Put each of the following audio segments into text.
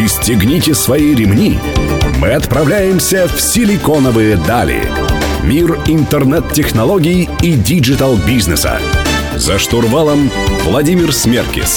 Пристегните свои ремни. Мы отправляемся в силиконовые дали. Мир интернет-технологий и диджитал-бизнеса. За штурвалом Владимир Смеркис.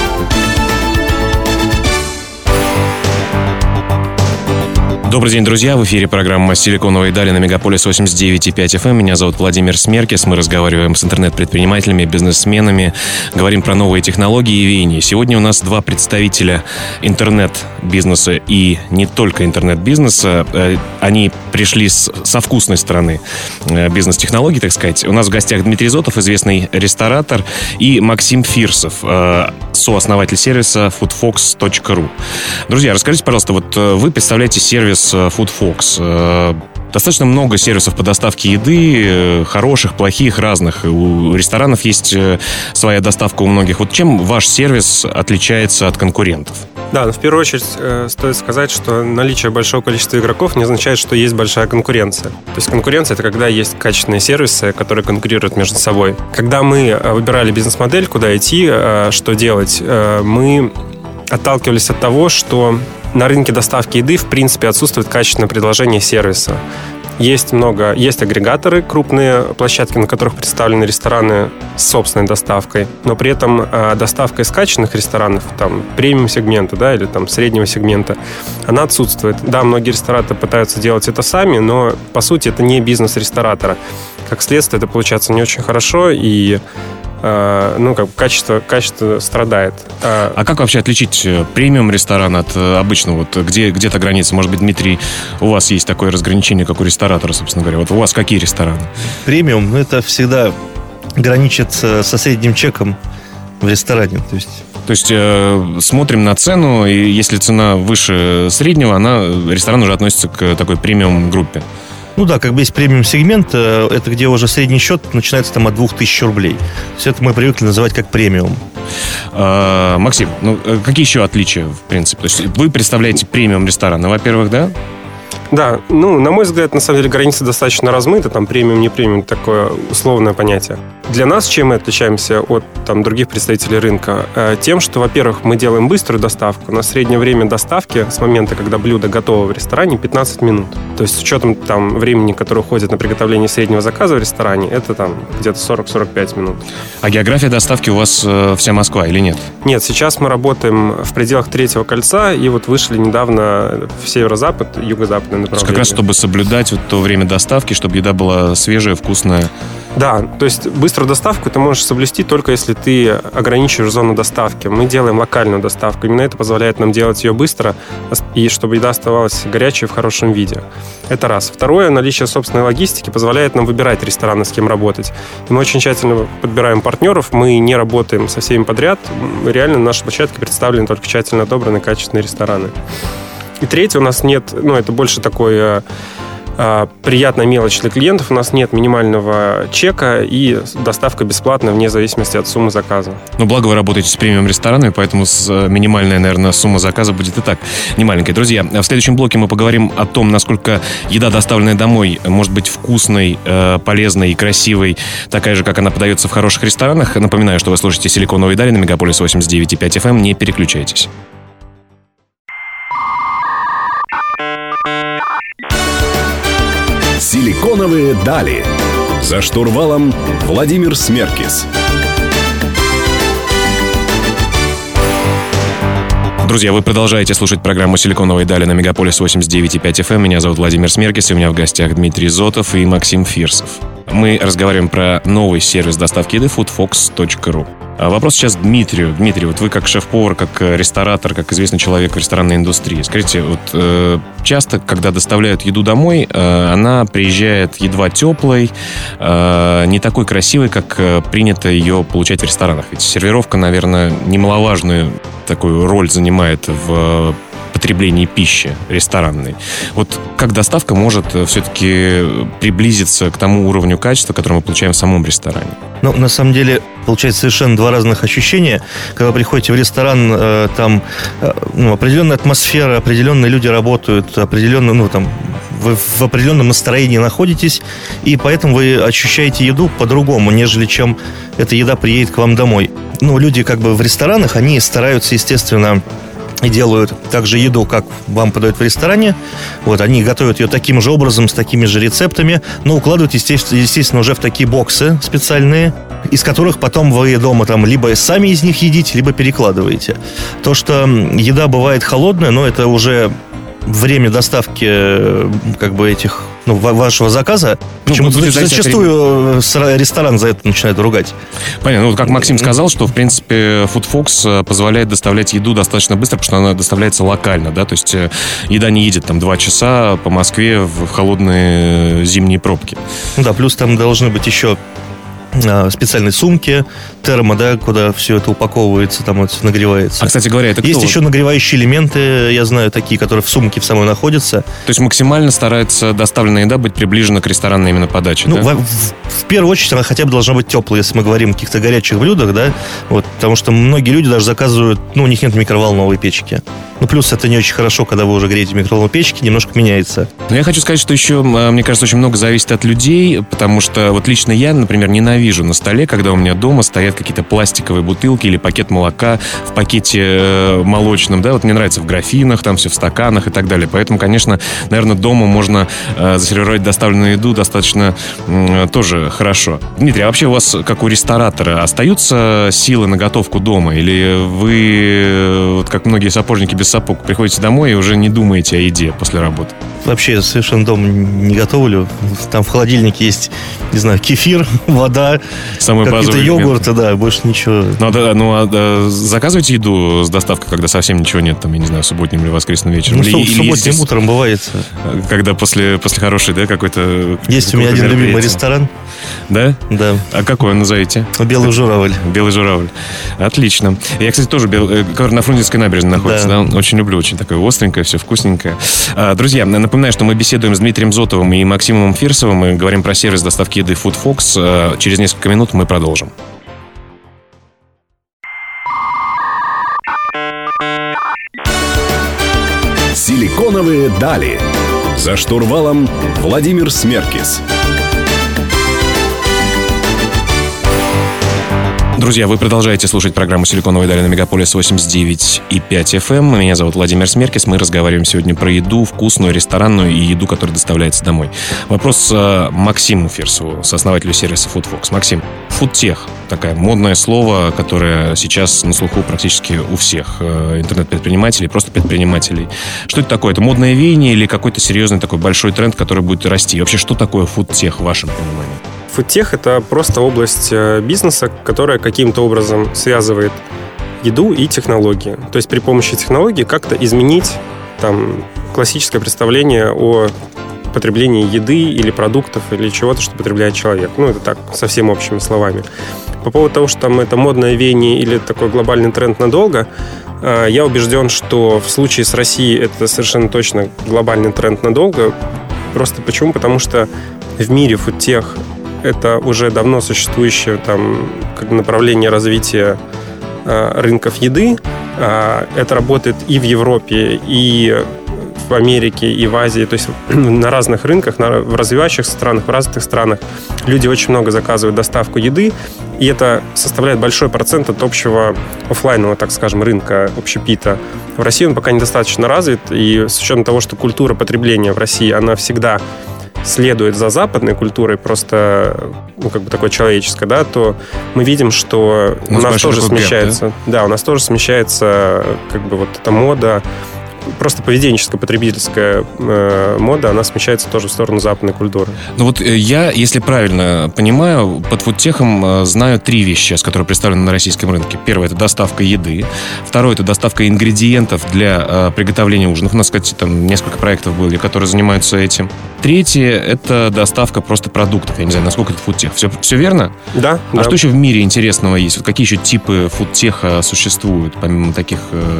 Добрый день, друзья! В эфире программа «Силиконовые дали» на Мегаполис 89,5 FM. Меня зовут Владимир Смеркис. Мы разговариваем с интернет-предпринимателями, бизнесменами, говорим про новые технологии и веяния. Сегодня у нас два представителя интернет-бизнеса и не только интернет-бизнеса. Они пришли со вкусной стороны бизнес-технологий, так сказать. У нас в гостях Дмитрий Зотов, известный ресторатор, и Максим Фирсов, сооснователь сервиса foodfox.ru. Друзья, расскажите, пожалуйста, вот вы представляете сервис Foodfox. Достаточно много сервисов по доставке еды, хороших, плохих, разных. У ресторанов есть своя доставка у многих. Вот чем ваш сервис отличается от конкурентов? Да, в первую очередь стоит сказать, что наличие большого количества игроков не означает, что есть большая конкуренция. То есть конкуренция — это когда есть качественные сервисы, которые конкурируют между собой. Когда мы выбирали бизнес-модель, куда идти, что делать, мы отталкивались от того, что на рынке доставки еды, в принципе, отсутствует качественное предложение сервиса. Есть агрегаторы, крупные площадки, на которых представлены рестораны с собственной доставкой, но при этом доставка из качественных ресторанов, там, премиум-сегмента, да, или там среднего сегмента, она отсутствует. Да, многие рестораторы пытаются делать это сами, но, по сути, это не бизнес ресторатора. Как следствие, это получается не очень хорошо, и качество страдает. А как вообще отличить премиум ресторан от обычного? Вот где-то граница? Может быть, Дмитрий, у вас есть такое разграничение, как у ресторатора, собственно говоря. Вот у вас какие рестораны? Премиум, это всегда граничит со средним чеком в ресторане. То есть смотрим на цену, и если цена выше среднего, ресторан уже относится к такой премиум-группе. Ну да, как бы есть премиум-сегмент, это где уже средний счет начинается там от 2000 рублей. То есть это мы привыкли называть как премиум. Максим, какие еще отличия, в принципе? То есть вы представляете премиум-рестораны, во-первых, да? Да, на мой взгляд, на самом деле границы достаточно размыты, там премиум, не премиум, такое условное понятие. Для нас чем мы отличаемся от других представителей рынка? Тем, что, во-первых, мы делаем быструю доставку. У нас среднее время доставки с момента, когда блюдо готово в ресторане, 15 минут. То есть с учетом времени, которое уходит на приготовление среднего заказа в ресторане, это где-то 40-45 минут. А география доставки у вас вся Москва или нет? Нет, сейчас мы работаем в пределах Третьего кольца, и вышли недавно в северо-запад, юго-западное направление. То есть как раз, чтобы соблюдать то время доставки, чтобы еда была свежая, вкусная. Да, то есть быструю доставку ты можешь соблюсти только если ты ограничиваешь зону доставки. Мы делаем локальную доставку. Именно это позволяет нам делать ее быстро, и чтобы еда оставалась горячей в хорошем виде. Это раз. Второе, наличие собственной логистики позволяет нам выбирать рестораны, с кем работать. И мы очень тщательно подбираем партнеров. Мы не работаем со всеми подряд. Реально на нашей площадке представлены только тщательно отобранные качественные рестораны. И третье, у нас нет, это больше такой приятная мелочь для клиентов. У нас нет минимального чека, и доставка бесплатная вне зависимости от суммы заказа. Благо вы работаете с премиум-ресторанами, поэтому минимальная, наверное, сумма заказа будет и так немаленькая. Друзья, в следующем блоке мы поговорим о том, насколько еда, доставленная домой, может быть вкусной, полезной и красивой, такая же, как она подается в хороших ресторанах. Напоминаю, что вы слушаете «Силиконовые дали» на Мегаполис 89,5 FM. Не переключайтесь. Силиконовые дали. За штурвалом Владимир Смеркис. Друзья, вы продолжаете слушать программу «Силиконовые дали» на Мегаполис 89,5 FM. Меня зовут Владимир Смеркис, и у меня в гостях Дмитрий Зотов и Максим Фирсов. Мы разговариваем про новый сервис доставки еды foodfox.ru. Вопрос сейчас Дмитрию. Дмитрий, вот вы как шеф-повар, как ресторатор, как известный человек в ресторанной индустрии. Скажите, часто, когда доставляют еду домой, она приезжает едва теплой, не такой красивой, как принято ее получать в ресторанах. Ведь сервировка, наверное, немаловажную такую роль занимает в потреблении пищи ресторанной. Вот как доставка может все-таки приблизиться к тому уровню качества, который мы получаем в самом ресторане? На самом деле, получается совершенно два разных ощущения. Когда вы приходите в ресторан, там определенная атмосфера, определенные люди работают, определенно, вы в определенном настроении находитесь, и поэтому вы ощущаете еду по-другому, нежели чем эта еда приедет к вам домой. Люди в ресторанах, они стараются, естественно, и делают также еду, как вам подают в ресторане. Вот, они готовят ее таким же образом, с такими же рецептами, но укладывают, естественно, уже в такие боксы специальные, из которых потом вы дома там либо сами из них едите, либо перекладываете. То, что еда бывает холодная, но это уже время доставки как бы этих, вашего заказа. Почему-то зачастую ресторан за это начинает ругать. Понятно. Как Максим сказал, что, в принципе, FoodFox позволяет доставлять еду достаточно быстро, потому что она доставляется локально, да, то есть еда не едет там 2 часа по Москве в холодные зимние пробки. Да, плюс там должны быть еще специальные сумки, термо, да, куда все это упаковывается, там вот нагревается. А, кстати говоря, это кто? Есть еще нагревающие элементы, я знаю, такие, которые в сумке в самой находятся. То есть максимально старается доставленная еда быть приближена к ресторанной именно подаче, да? В первую очередь она хотя бы должна быть теплой, если мы говорим о каких-то горячих блюдах, да, вот, потому что многие люди даже заказывают, у них нет микроволновой печки. Плюс это не очень хорошо, когда вы уже греете микроволновой печки, немножко меняется. Но я хочу сказать, что еще, мне кажется, очень много зависит от людей, потому что вот лично я, например, ненавижу на столе, когда у меня дома стоят какие-то пластиковые бутылки или пакет молока в пакете молочном, да, вот мне нравится в графинах, там все в стаканах и так далее. Поэтому, конечно, наверное, дома можно засервировать доставленную еду достаточно тоже хорошо. Дмитрий, а вообще у вас, как у ресторатора, остаются силы на готовку дома? Или вы, вот как многие сапожники без сапог, приходите домой и уже не думаете о еде после работы? Вообще я совершенно дома не готовлю. Там в холодильнике есть, не знаю, кефир, вода, какие-то йогурты, да, больше ничего. Заказывайте еду с доставкой, когда совсем ничего нет, там, я не знаю, субботним или воскресным вечером. Субботним утром бывает. Когда после хорошей, да, какой-то... Есть у меня один любимый ресторан. Да? Да. А какой он, назовите? «Белый журавль». «Белый журавль». Отлично. Я, кстати, тоже который на Фрунзенской набережной находится, да? Очень люблю, очень такое остренькое, все вкусненькое. Друзья, напоминаю, что мы беседуем с Дмитрием Зотовым и Максимом Фирсовым. Мы говорим про сервис доставки еды FoodFox. Через несколько минут мы продолжим. Силиконовые дали. За штурвалом Владимир Смеркис. Друзья, вы продолжаете слушать программу «Силиконовые дали» на Мегаполис 89,5 FM. Меня зовут Владимир Смеркис. Мы разговариваем сегодня про еду, вкусную, ресторанную и еду, которая доставляется домой. Вопрос Максиму Фирсову, сооснователю сервиса FoodFox. Максим, фудтех – такое модное слово, которое сейчас на слуху практически у всех интернет-предпринимателей, просто предпринимателей. Что это такое? Это модное веяние или какой-то серьезный такой большой тренд, который будет расти? И вообще, что такое фудтех в вашем понимании? Фудтех – это просто область бизнеса, которая каким-то образом связывает еду и технологии. То есть при помощи технологий как-то изменить там классическое представление о потреблении еды или продуктов или чего-то, что потребляет человек. Это так, совсем общими словами. По поводу того, что там это модное веяние или такой глобальный тренд надолго, я убежден, что в случае с Россией это совершенно точно глобальный тренд надолго. Просто почему? Потому что в мире фудтех это уже давно существующее там направление развития рынков еды. Это работает и в Европе, и в Америке, и в Азии. То есть на разных рынках, в развивающихся странах, в развитых странах люди очень много заказывают доставку еды, и это составляет большой процент от общего офлайнового, так скажем, рынка, общепита. В России он пока недостаточно развит, и с учетом того, что культура потребления в России, она всегда следует за западной культурой, просто такой человеческой, да, то мы видим, что у нас тоже смещается. Да, у нас тоже смещается эта мода. Просто поведенческая, потребительская мода, она смещается тоже в сторону западной культуры. Я, если правильно понимаю, под фудтехом знаю 3 вещи, которые представлены на российском рынке. Первое – это доставка еды. Второе – это доставка ингредиентов для приготовления ужинов. У нас, кстати, там несколько проектов были, которые занимаются этим. Третье – это доставка просто продуктов. Я не знаю, насколько это фудтех. Все верно? Да. А что еще в мире интересного есть? Какие еще типы фудтеха существуют, помимо таких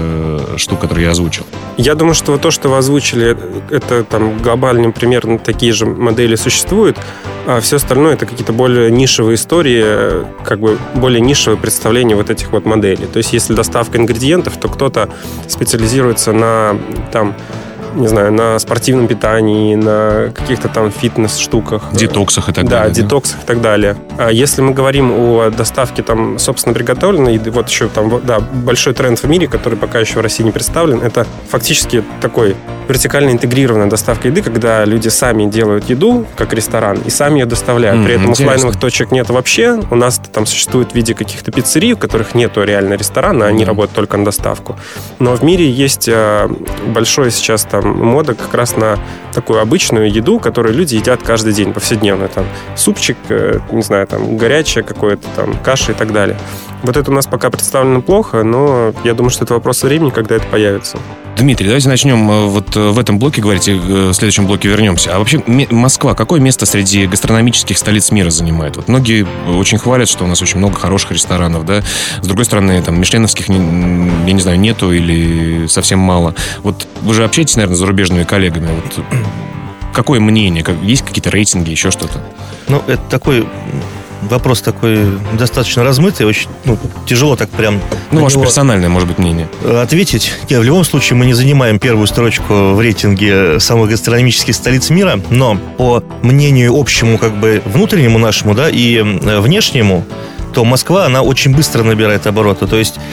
штук, которые я озвучил? Я думаю, что то, что вы озвучили, это там глобально примерно такие же модели существуют, а все остальное это какие-то более нишевые истории, более нишевые представления этих моделей. То есть, если доставка ингредиентов, то кто-то специализируется на не знаю, на спортивном питании, на каких-то там фитнес-штуках. Детоксах и так далее. Да, детоксах и так далее. А если мы говорим о доставке там, собственно, приготовленной еды, вот еще там, да, большой тренд в мире, который пока еще в России не представлен, это фактически такой вертикально интегрированная доставка еды, когда люди сами делают еду, как ресторан, и сами ее доставляют. При этом оффлайновых точек нет вообще. У нас там существует в виде каких-то пиццерий, у которых нету реально ресторана, они работают только на доставку. Но в мире есть большой сейчас там мода как раз на такую обычную еду, которую люди едят каждый день, повседневно. Там супчик, не знаю, там горячее какое-то, там каша и так далее. Вот это у нас пока представлено плохо, но я думаю, что это вопрос времени, когда это появится. Дмитрий, давайте начнем вот в этом блоке говорить, и в следующем блоке вернемся. А вообще Москва какое место среди гастрономических столиц мира занимает? Вот многие очень хвалят, что у нас очень много хороших ресторанов, да? С другой стороны, там, мишленовских, я не знаю, нету или совсем мало. Вот вы же общаетесь, наверное, с зарубежными коллегами. Вот какое мнение? Есть какие-то рейтинги, еще что-то? Ну, это такой... Вопрос такой достаточно размытый, очень тяжело так прям... ваше персональное, может быть, мнение. Ответить. В любом случае, мы не занимаем первую строчку в рейтинге самых гастрономических столиц мира, но по мнению общему, как бы внутреннему нашему, да, и внешнему, то Москва, она очень быстро набирает обороты. То есть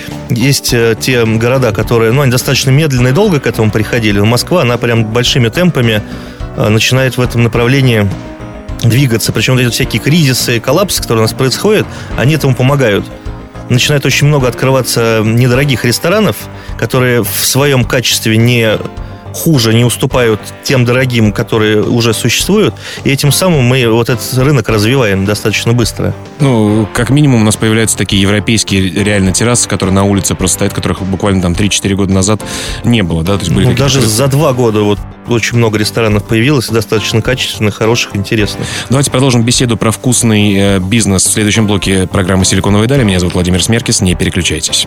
те города, которые, они достаточно медленно и долго к этому приходили, но Москва, она прям большими темпами начинает в этом направлении двигаться. Причем вот эти всякие кризисы, коллапсы, которые у нас происходят, они этому помогают. Начинает очень много открываться недорогих ресторанов, которые в своем качестве не хуже, не уступают тем дорогим, которые уже существуют. И этим самым мы вот этот рынок развиваем достаточно быстро. Как минимум у нас появляются такие европейские реально террасы, которые на улице просто стоят, которых буквально там 3-4 года назад не было, да? То есть были даже за 2 года очень много ресторанов появилось, достаточно качественных, хороших, интересных. Давайте продолжим беседу про вкусный бизнес в следующем блоке программы «Силиконовые дали». Меня зовут Владимир Смеркис, не переключайтесь.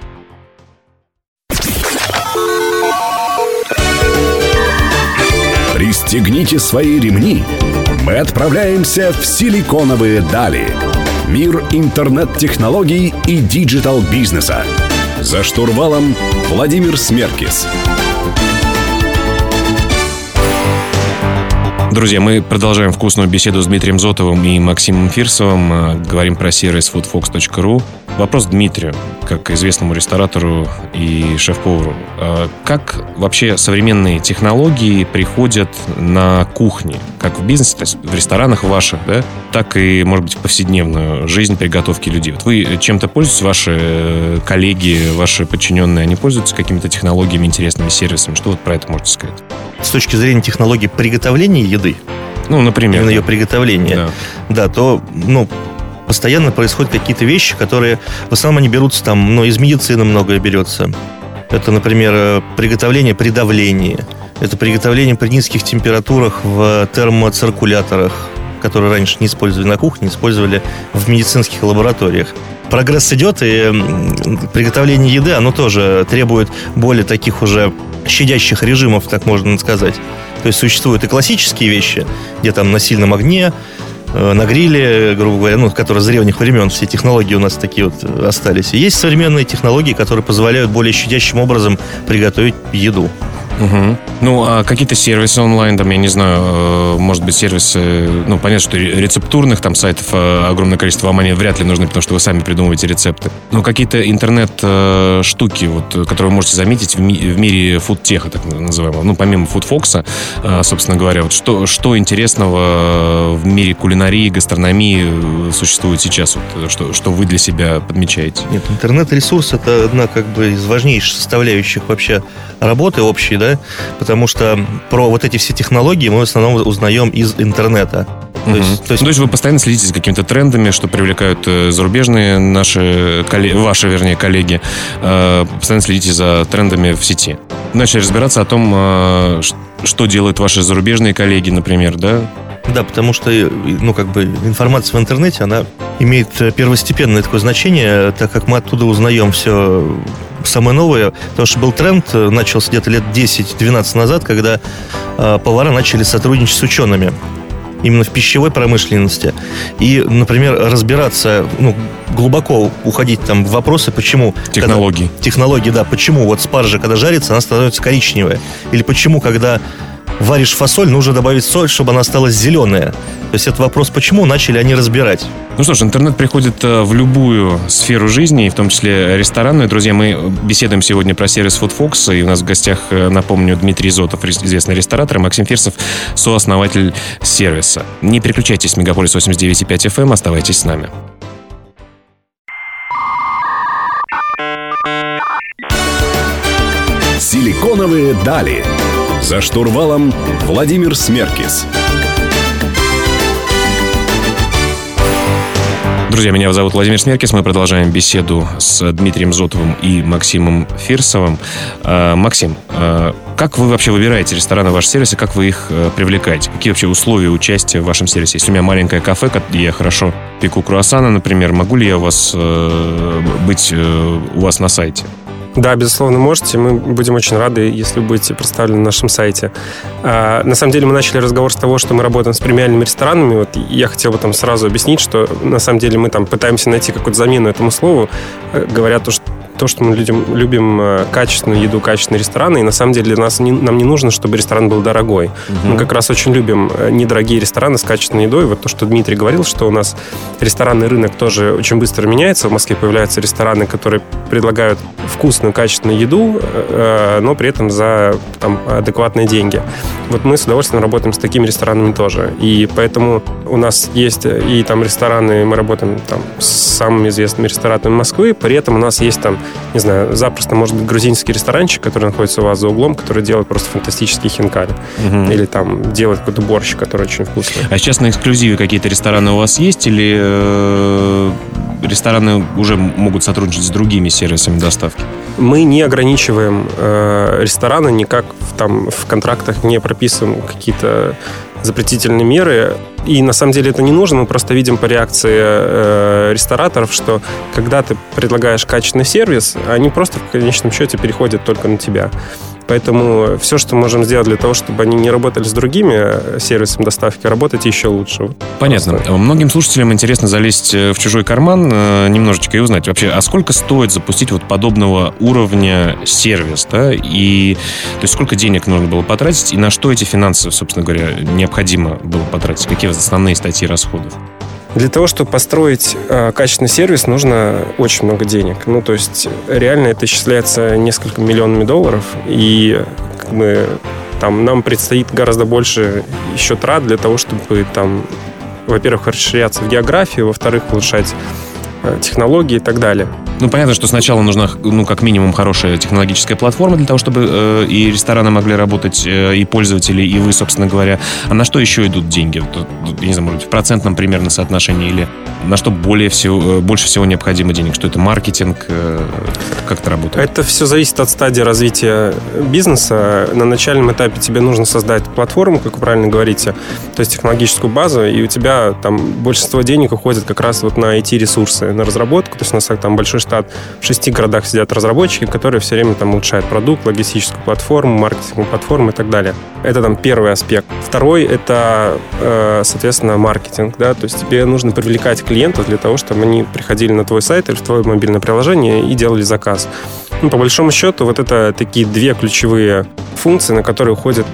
Пристегните свои ремни. Мы отправляемся в Силиконовые дали. Мир интернет-технологий и диджитал-бизнеса. За штурвалом Владимир Смеркис. Друзья, мы продолжаем вкусную беседу с Дмитрием Зотовым и Максимом Фирсовым. Говорим про сервис foodfox.ru. Вопрос Дмитрию, как известному ресторатору и шеф-повару. Как вообще современные технологии приходят на кухни? Как в бизнесе, то есть в ресторанах ваших, да? Так и, может быть, в повседневную жизнь приготовки людей. Вот вы чем-то пользуетесь, ваши коллеги, ваши подчиненные, они пользуются какими-то технологиями, интересными сервисами? Что вот про это можете сказать? С точки зрения технологий приготовления еды, например, именно ее приготовления, да, то, постоянно происходят какие-то вещи, которые, в основном, они берутся там, из медицины многое берется. Это, например, приготовление при давлении. Это приготовление при низких температурах в термоциркуляторах, которые раньше не использовали на кухне, использовали в медицинских лабораториях. Прогресс идет, и приготовление еды, оно тоже требует более таких уже щадящих режимов, так можно сказать. То есть существуют и классические вещи, где там на сильном огне, на гриле, грубо говоря, которые с древних времен, все технологии у нас такие вот остались. И есть современные технологии, которые позволяют более щадящим образом приготовить еду. Угу. А какие-то сервисы онлайн, там, я не знаю, может быть, сервисы, понятно, что рецептурных там сайтов огромное количество, вам они вряд ли нужны, потому что вы сами придумываете рецепты. Но какие-то интернет-штуки, которые вы можете заметить в мире фудтеха, так называемого, помимо фудфокса, собственно говоря, вот что интересного в мире кулинарии, гастрономии существует сейчас, что вы для себя подмечаете? Нет, интернет-ресурс — это одна из важнейших составляющих вообще работы общей, да, потому что про вот эти все технологии мы в основном узнаем из интернета. То есть вы постоянно следите за какими-то трендами, что привлекают зарубежные ваши коллеги, постоянно следите за трендами в сети. Начали разбираться о том, что делают ваши зарубежные коллеги, например, да? Да, потому что, информация в интернете, она имеет первостепенное такое значение, так как мы оттуда узнаем все самое новое. Потому что был тренд, начался где-то лет 10-12 назад, когда повара начали сотрудничать с учеными. именно в пищевой промышленности. И, например, разбираться, глубоко уходить там в вопросы, почему... Технологии, да. Почему вот спаржа, когда жарится, она становится коричневая. Или почему, когда варишь фасоль, нужно добавить соль, чтобы она осталась зеленая. То есть это вопрос, почему начали они разбирать. Ну что ж, интернет приходит в любую сферу жизни, в том числе ресторанную. Друзья, мы беседуем сегодня про сервис FoodFox, и у нас в гостях, напомню, Дмитрий Изотов, известный ресторатор, и Максим Фирсов, сооснователь сервиса. Не переключайтесь, Мегаполис 89,5 FM, оставайтесь с нами. Силиконовые дали. За штурвалом Владимир Смеркис. Друзья, меня зовут Владимир Смеркис. Мы продолжаем беседу с Дмитрием Зотовым и Максимом Фирсовым. Максим, как вы вообще выбираете рестораны в ваш сервис и как вы их привлекаете? Какие вообще условия участия в вашем сервисе? Если у меня маленькое кафе, где я хорошо пеку круассаны, например, могу ли я быть у вас на сайте? Да, безусловно, можете. Мы будем очень рады, если вы будете представлены на нашем сайте. На самом деле мы начали разговор с того, что мы работаем с премиальными ресторанами. Вот я хотел бы там сразу объяснить, что на самом деле мы там пытаемся найти какую-то замену этому слову, говоря то, что мы любим качественную еду, качественные рестораны, и на самом деле для нас нам не нужно, чтобы ресторан был дорогой. Мы как раз очень любим недорогие рестораны с качественной едой. Вот то, что Дмитрий говорил, что у нас ресторанный рынок тоже очень быстро меняется. В Москве появляются рестораны, которые предлагают вкусную, качественную еду, но при этом за адекватные деньги. Вот мы с удовольствием работаем с такими ресторанами тоже. И поэтому у нас есть и там рестораны, мы работаем там с самыми известными ресторанами Москвы, при этом у нас есть там, не знаю, запросто может быть грузинский ресторанчик, который находится у вас за углом, который делает просто фантастические хинкали. Или там делает какой-то борщ, который очень вкусный. А сейчас на эксклюзиве какие-то рестораны у вас есть? Или рестораны уже могут сотрудничать с другими сервисами доставки? Мы не ограничиваем рестораны, никак в контрактах не прописываем какие-то запретительные меры. И на самом деле это не нужно. Мы просто видим по реакции рестораторов, что когда ты предлагаешь качественный сервис, они просто в конечном счете переходят только на тебя. Поэтому все, что мы можем сделать для того, чтобы они не работали с другими сервисами доставки, работайте еще лучше. Понятно. Просто. Многим слушателям интересно залезть в чужой карман немножечко и узнать вообще, а сколько стоит запустить вот подобного уровня сервис, да? И то есть сколько денег нужно было потратить и на что эти финансы, собственно говоря, необходимо было потратить? Какие основные статьи расходов? Для того, чтобы построить качественный сервис, нужно очень много денег. То есть реально это исчисляется несколько миллионами долларов, и нам предстоит гораздо больше еще трат для того, чтобы во-первых, расширяться в географии, во-вторых, улучшать технологии и так далее. Понятно, что сначала нужна, как минимум, хорошая технологическая платформа для того, чтобы и рестораны могли работать, и пользователи, и вы, собственно говоря. А на что еще идут деньги? Я не знаю, может быть, в процентном примерно соотношении, или на что больше всего необходимо денег? Что это маркетинг? Как это работает? Это все зависит от стадии развития бизнеса. На начальном этапе тебе нужно создать платформу, как вы правильно говорите, то есть технологическую базу, и у тебя большинство денег уходит как раз на IT-ресурсы, на разработку. То есть у нас большой штат. В 6 городах сидят разработчики, которые все время улучшают продукт, логистическую платформу, маркетинговую платформу и так далее. Это первый аспект. Второй — это, соответственно, маркетинг. Да? То есть тебе нужно привлекать клиентов для того, чтобы они приходили на твой сайт или в твое мобильное приложение и делали заказ. По большому счету, это такие две ключевые функции, на которые уходит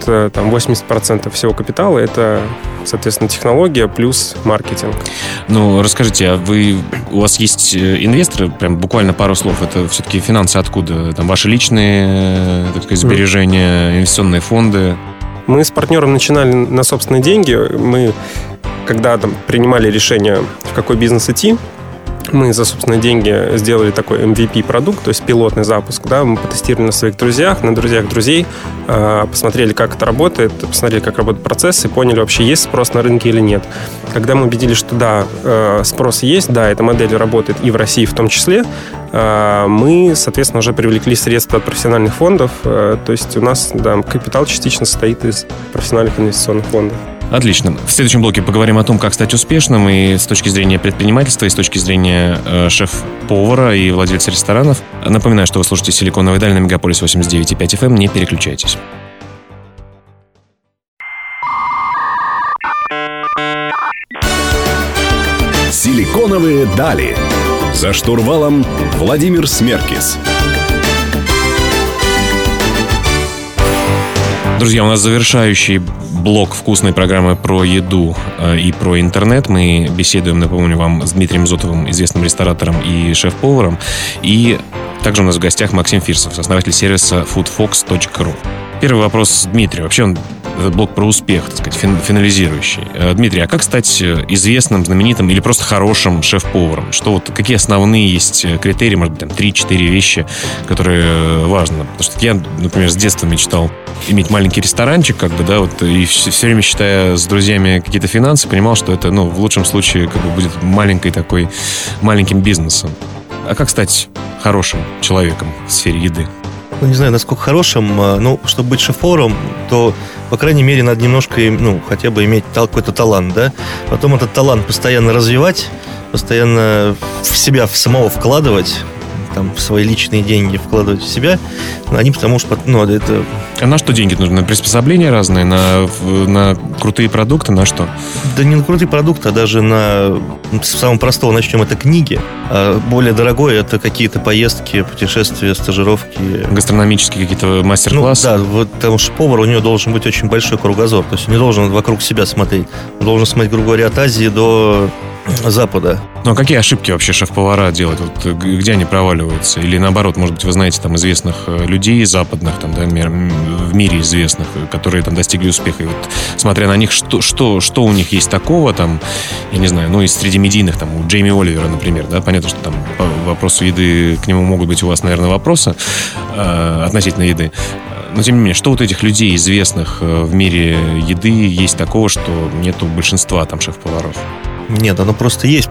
80% всего капитала. Это, соответственно, технология плюс маркетинг. Расскажите, а у вас есть инвесторы? Прям буквально пару слов. Это все-таки финансы откуда? Ваши личные, так сказать, сбережения, инвестиционные фонды? Мы с партнером начинали на собственные деньги. Мы, когда принимали решение, в какой бизнес идти, мы за собственные деньги сделали такой MVP-продукт, то есть пилотный запуск. Да? Мы потестировали на своих друзьях, на друзьях друзей, посмотрели, как это работает, посмотрели, как работает процесс, и поняли, вообще есть спрос на рынке или нет. Когда мы убедились, что да, спрос есть, да, эта модель работает и в России в том числе, мы, соответственно, уже привлекли средства от профессиональных фондов. То есть у нас капитал частично состоит из профессиональных инвестиционных фондов. Отлично. В следующем блоке поговорим о том, как стать успешным и с точки зрения предпринимательства, и с точки зрения шеф-повара и владельца ресторанов. Напоминаю, что вы слушаете «Силиконовые дали» на Мегаполис 89,5 FM. Не переключайтесь. Силиконовые дали. За штурвалом Владимир Смеркис. Друзья, у нас завершающий блок вкусной программы про еду и про интернет. Мы беседуем, напомню вам, с Дмитрием Зотовым, известным ресторатором и шеф-поваром. И также у нас в гостях Максим Фирсов, основатель сервиса foodfox.ru. Первый вопрос Дмитрию. Вообще он этот блок про успех, так сказать, финализирующий. Дмитрий, а как стать известным, знаменитым или просто хорошим шеф-поваром? Какие основные есть критерии, может быть, там 3-4 вещи, которые важны? Потому что я, например, с детства мечтал иметь маленький ресторанчик, и все время, считая с друзьями какие-то финансы, понимал, что это, в лучшем случае, будет маленьким бизнесом. А как стать хорошим человеком в сфере еды? Не знаю, насколько хорошим, но чтобы быть шеф-поваром, то, по крайней мере, надо немножко, хотя бы иметь какой-то талант, да? Потом этот талант постоянно развивать, постоянно в себя самого вкладывать, в свои личные деньги вкладывать в себя, потому что, это... А на что деньги нужны? На приспособления разные? На крутые продукты? На что? Да не на крутые продукты, а даже с самого простого начнем. Это книги. А более дорогое это какие-то поездки, путешествия, стажировки. Гастрономические какие-то мастер-классы? Потому что повар, у него должен быть очень большой кругозор. То есть он не должен вокруг себя смотреть. Он должен смотреть, грубо говоря, от Азии до Запада. Ну, а какие ошибки вообще шеф-повара делают? Где они проваливаются? Или наоборот, может быть, вы знаете известных людей западных, в мире известных, которые достигли успеха. И смотря на них, что у них есть такого, я не знаю, из среди медийных, у Джейми Оливера, например, да, понятно, что по вопросу еды к нему могут быть у вас, наверное, вопросы относительно еды. Но, тем не менее, что этих людей известных в мире еды есть такого, что нет у большинства шеф-поваров? Нет, оно просто есть.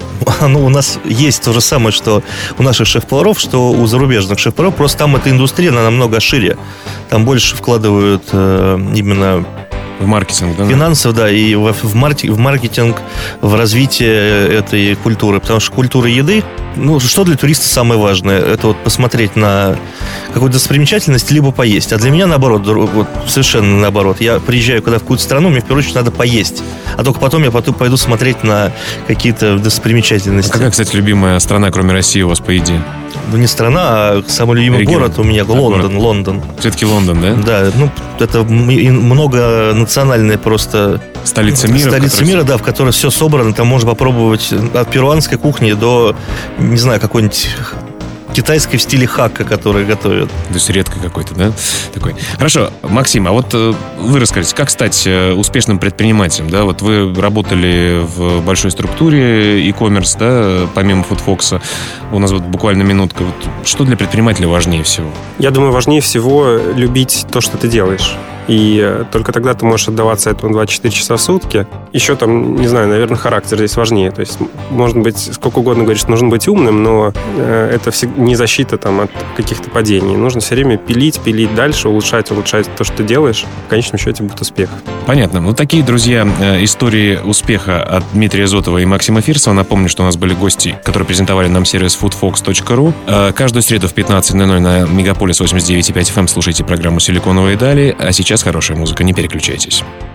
У нас есть то же самое, что у наших шеф-поваров, что у зарубежных шеф-поваров. Просто там эта индустрия, она намного шире. Там больше вкладывают именно в маркетинг, да? Финансов, да, и в маркетинг, в развитие этой культуры. Потому что культура еды, что для туриста самое важное? Это посмотреть на какую-то достопримечательность, либо поесть. А для меня наоборот, совершенно наоборот. Я приезжаю в какую-то страну, мне в первую очередь надо поесть. А только потом я пойду смотреть на какие-то достопримечательности. А какая, кстати, любимая страна, кроме России, у вас по еде? Не страна, а самый любимый город у меня Лондон. Все-таки Лондон, да? Да, это многонациональная просто... Столица мира? Столица мира, да, в которой все собрано. Там можно попробовать от перуанской кухни до, не знаю, какой-нибудь китайской в стиле хакка, который готовят. То есть редко какой-то, да? Такой. Хорошо, Максим, а вы расскажите, как стать успешным предпринимателем? Да? Вы работали в большой структуре e-commerce, да, помимо Foodfox. У нас буквально минутка. Что для предпринимателя важнее всего? Я думаю, важнее всего любить то, что ты делаешь. И только тогда ты можешь отдаваться этому 24 часа в сутки. Еще не знаю, наверное, характер здесь важнее. То есть, может быть, сколько угодно говоришь, что нужно быть умным, но это не защита от каких-то падений. Нужно все время пилить дальше, улучшать то, что ты делаешь. В конечном счете будет успех. Понятно. Такие, друзья, истории успеха от Дмитрия Зотова и Максима Фирсова. Напомню, что у нас были гости, которые презентовали нам сервис foodfox.ru. Каждую среду в 15:00 на Мегаполис 89.5 FM слушайте программу «Силиконовые дали». А сейчас хорошая музыка, не переключайтесь.